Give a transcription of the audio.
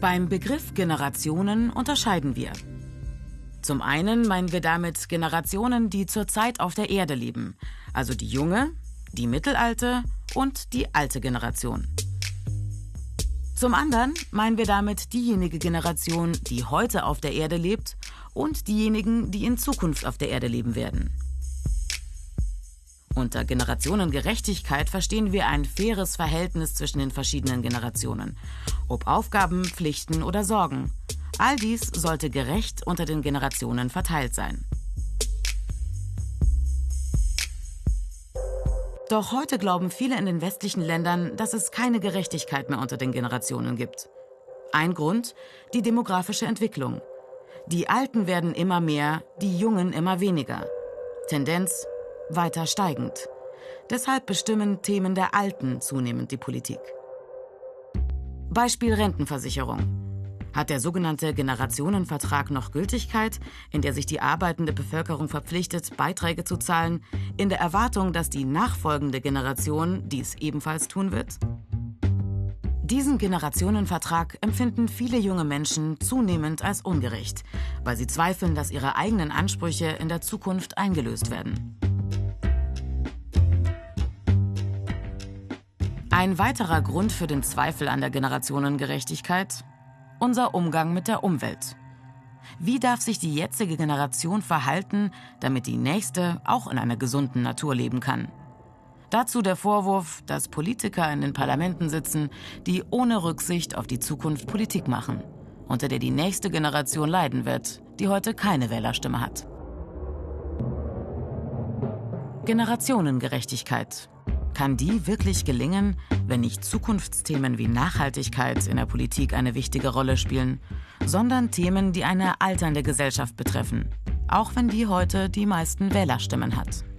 Beim Begriff Generationen unterscheiden wir. Zum einen meinen wir damit Generationen, die zurzeit auf der Erde leben, also die junge, die mittelalte und die alte Generation. Zum anderen meinen wir damit diejenige Generation, die heute auf der Erde lebt und diejenigen, die in Zukunft auf der Erde leben werden. Unter Generationengerechtigkeit verstehen wir ein faires Verhältnis zwischen den verschiedenen Generationen, ob Aufgaben, Pflichten oder Sorgen. All dies sollte gerecht unter den Generationen verteilt sein. Doch heute glauben viele in den westlichen Ländern, dass es keine Gerechtigkeit mehr unter den Generationen gibt. Ein Grund: die demografische Entwicklung. Die Alten werden immer mehr, die Jungen immer weniger. Tendenz: weiter steigend. Deshalb bestimmen Themen der Alten zunehmend die Politik. Beispiel Rentenversicherung. Hat der sogenannte Generationenvertrag noch Gültigkeit, in der sich die arbeitende Bevölkerung verpflichtet, Beiträge zu zahlen, in der Erwartung, dass die nachfolgende Generation dies ebenfalls tun wird? Diesen Generationenvertrag empfinden viele junge Menschen zunehmend als ungerecht, weil sie zweifeln, dass ihre eigenen Ansprüche in der Zukunft eingelöst werden. Ein weiterer Grund für den Zweifel an der Generationengerechtigkeit: unser Umgang mit der Umwelt. Wie darf sich die jetzige Generation verhalten, damit die nächste auch in einer gesunden Natur leben kann? Dazu der Vorwurf, dass Politiker in den Parlamenten sitzen, die ohne Rücksicht auf die Zukunft Politik machen, unter der die nächste Generation leiden wird, die heute keine Wählerstimme hat. Generationengerechtigkeit. Kann die wirklich gelingen, wenn nicht Zukunftsthemen wie Nachhaltigkeit in der Politik eine wichtige Rolle spielen, sondern Themen, die eine alternde Gesellschaft betreffen, auch wenn die heute die meisten Wählerstimmen hat?